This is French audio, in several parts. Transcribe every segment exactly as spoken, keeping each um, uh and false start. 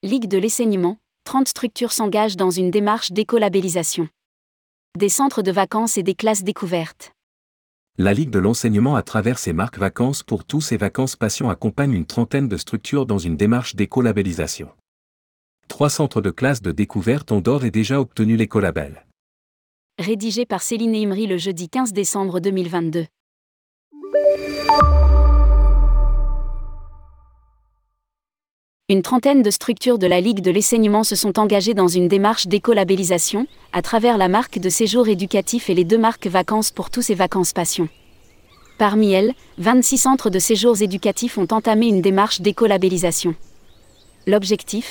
Ligue de l'enseignement, trente structures s'engagent dans une démarche d'écolabellisation. Des centres de vacances et des classes découvertes. La Ligue de l'enseignement à travers ses marques Vacances pour tous et Vacances Passion accompagne une trentaine de structures dans une démarche d'écolabellisation. Trois centres de classes de découverte ont d'ores et déjà obtenu l'écolabel. Rédigé par Céline Imri le jeudi quinze décembre deux mille vingt-deux. Une trentaine de structures de la Ligue de l'enseignement se sont engagées dans une démarche d'écolabellisation, à travers la marque de séjour éducatif et les deux marques Vacances pour tous et Vacances Passion. Parmi elles, vingt-six centres de séjours éducatifs ont entamé une démarche d'écolabellisation. L'objectif ?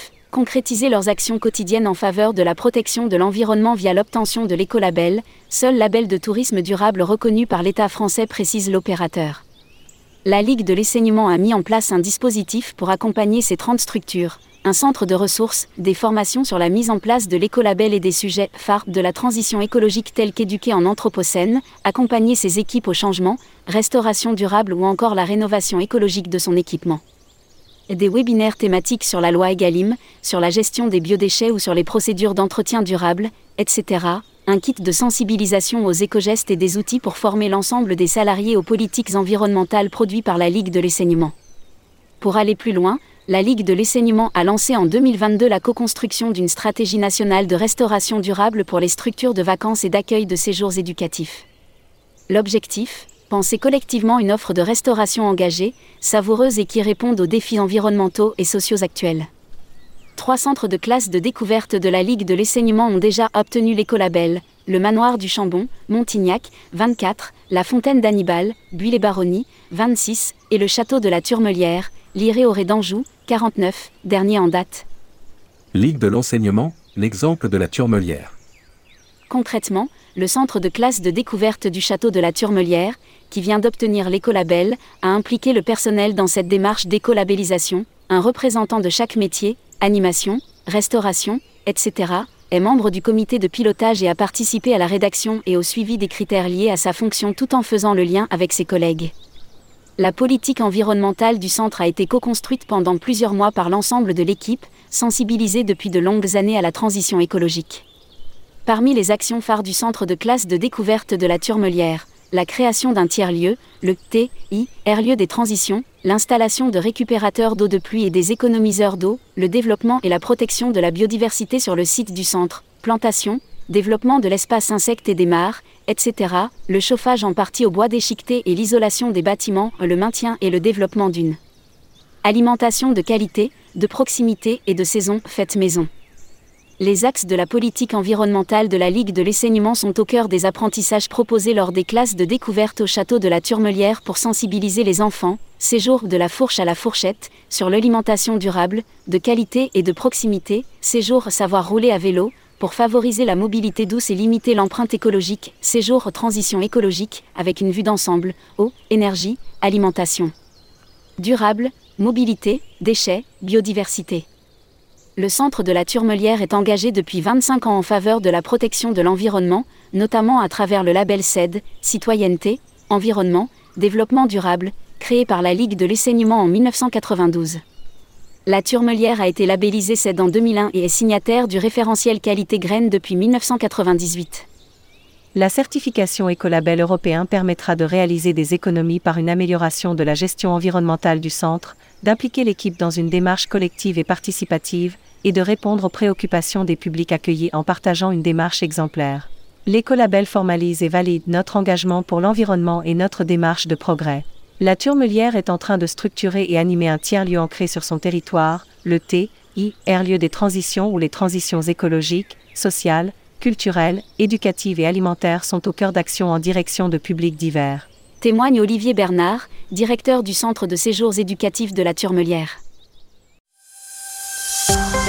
Concrétiser leurs actions quotidiennes en faveur de la protection de l'environnement via l'obtention de l'écolabel, seul label de tourisme durable reconnu par l'État français, précise l'opérateur. La Ligue de l'enseignement a mis en place un dispositif pour accompagner ces trente structures, un centre de ressources, des formations sur la mise en place de l'écolabel et des sujets phares de la transition écologique tels qu'éduquer en anthropocène, accompagner ses équipes au changement, restauration durable ou encore la rénovation écologique de son équipement. Des webinaires thématiques sur la loi Egalim, sur la gestion des biodéchets ou sur les procédures d'entretien durable, et cetera. Un kit de sensibilisation aux éco-gestes et des outils pour former l'ensemble des salariés aux politiques environnementales produits par la Ligue de l'enseignement. Pour aller plus loin, la Ligue de l'enseignement a lancé en deux mille vingt-deux la co-construction d'une stratégie nationale de restauration durable pour les structures de vacances et d'accueil de séjours éducatifs. L'objectif ? Penser collectivement une offre de restauration engagée, savoureuse et qui réponde aux défis environnementaux et sociaux actuels. Trois centres de classes de découverte de la Ligue de l'enseignement ont déjà obtenu l'écolabel, le Manoir du Chambon, Montignac, vingt-quatre, la Fontaine d'Annibal, Buis-les-Baronnies, vingt-six, et le Château de la Turmelière, Liré-Auray d'Anjou, quarante-neuf, dernier en date. Ligue de l'enseignement, l'exemple de la Turmelière. Concrètement, le centre de classe de découverte du Château de la Turmelière, qui vient d'obtenir l'écolabel, a impliqué le personnel dans cette démarche d'écolabellisation, un représentant de chaque métier, animation, restauration, et cetera, est membre du comité de pilotage et a participé à la rédaction et au suivi des critères liés à sa fonction tout en faisant le lien avec ses collègues. La politique environnementale du centre a été co-construite pendant plusieurs mois par l'ensemble de l'équipe, sensibilisée depuis de longues années à la transition écologique. Parmi les actions phares du centre de classe de découverte de la Turmelière, la création d'un tiers-lieu, le T I R-lieu des transitions, l'installation de récupérateurs d'eau de pluie et des économiseurs d'eau, le développement et la protection de la biodiversité sur le site du centre, plantation, développement de l'espace insectes et des mares, et cetera, le chauffage en partie au bois déchiqueté et l'isolation des bâtiments, le maintien et le développement d'une alimentation de qualité, de proximité et de saison faite maison. Les axes de la politique environnementale de la Ligue de l'enseignement sont au cœur des apprentissages proposés lors des classes de découverte au Château de la Turmelière pour sensibiliser les enfants, séjour de la fourche à la fourchette, sur l'alimentation durable, de qualité et de proximité, séjour savoir rouler à vélo, pour favoriser la mobilité douce et limiter l'empreinte écologique, séjour transition écologique, avec une vue d'ensemble, eau, énergie, alimentation durable, mobilité, déchets, biodiversité. Le centre de la Turmelière est engagé depuis vingt-cinq ans en faveur de la protection de l'environnement, notamment à travers le label C E D, Citoyenneté, Environnement, Développement durable, créé par la Ligue de l'enseignement en mille neuf cent quatre-vingt-douze. La Turmelière a été labellisée C E D en deux mille un et est signataire du référentiel qualité graines depuis mille neuf cent quatre-vingt-dix-huit. La certification écolabel européen permettra de réaliser des économies par une amélioration de la gestion environnementale du centre, d'impliquer l'équipe dans une démarche collective et participative, et de répondre aux préoccupations des publics accueillis en partageant une démarche exemplaire. L'écolabel formalise et valide notre engagement pour l'environnement et notre démarche de progrès. La Turmelière est en train de structurer et animer un tiers-lieu ancré sur son territoire, le T I R-lieu des transitions où les transitions écologiques, sociales, culturelles, éducatives et alimentaires sont au cœur d'actions en direction de publics divers. Témoigne Olivier Bernard, directeur du centre de séjours éducatifs de la Turmelière.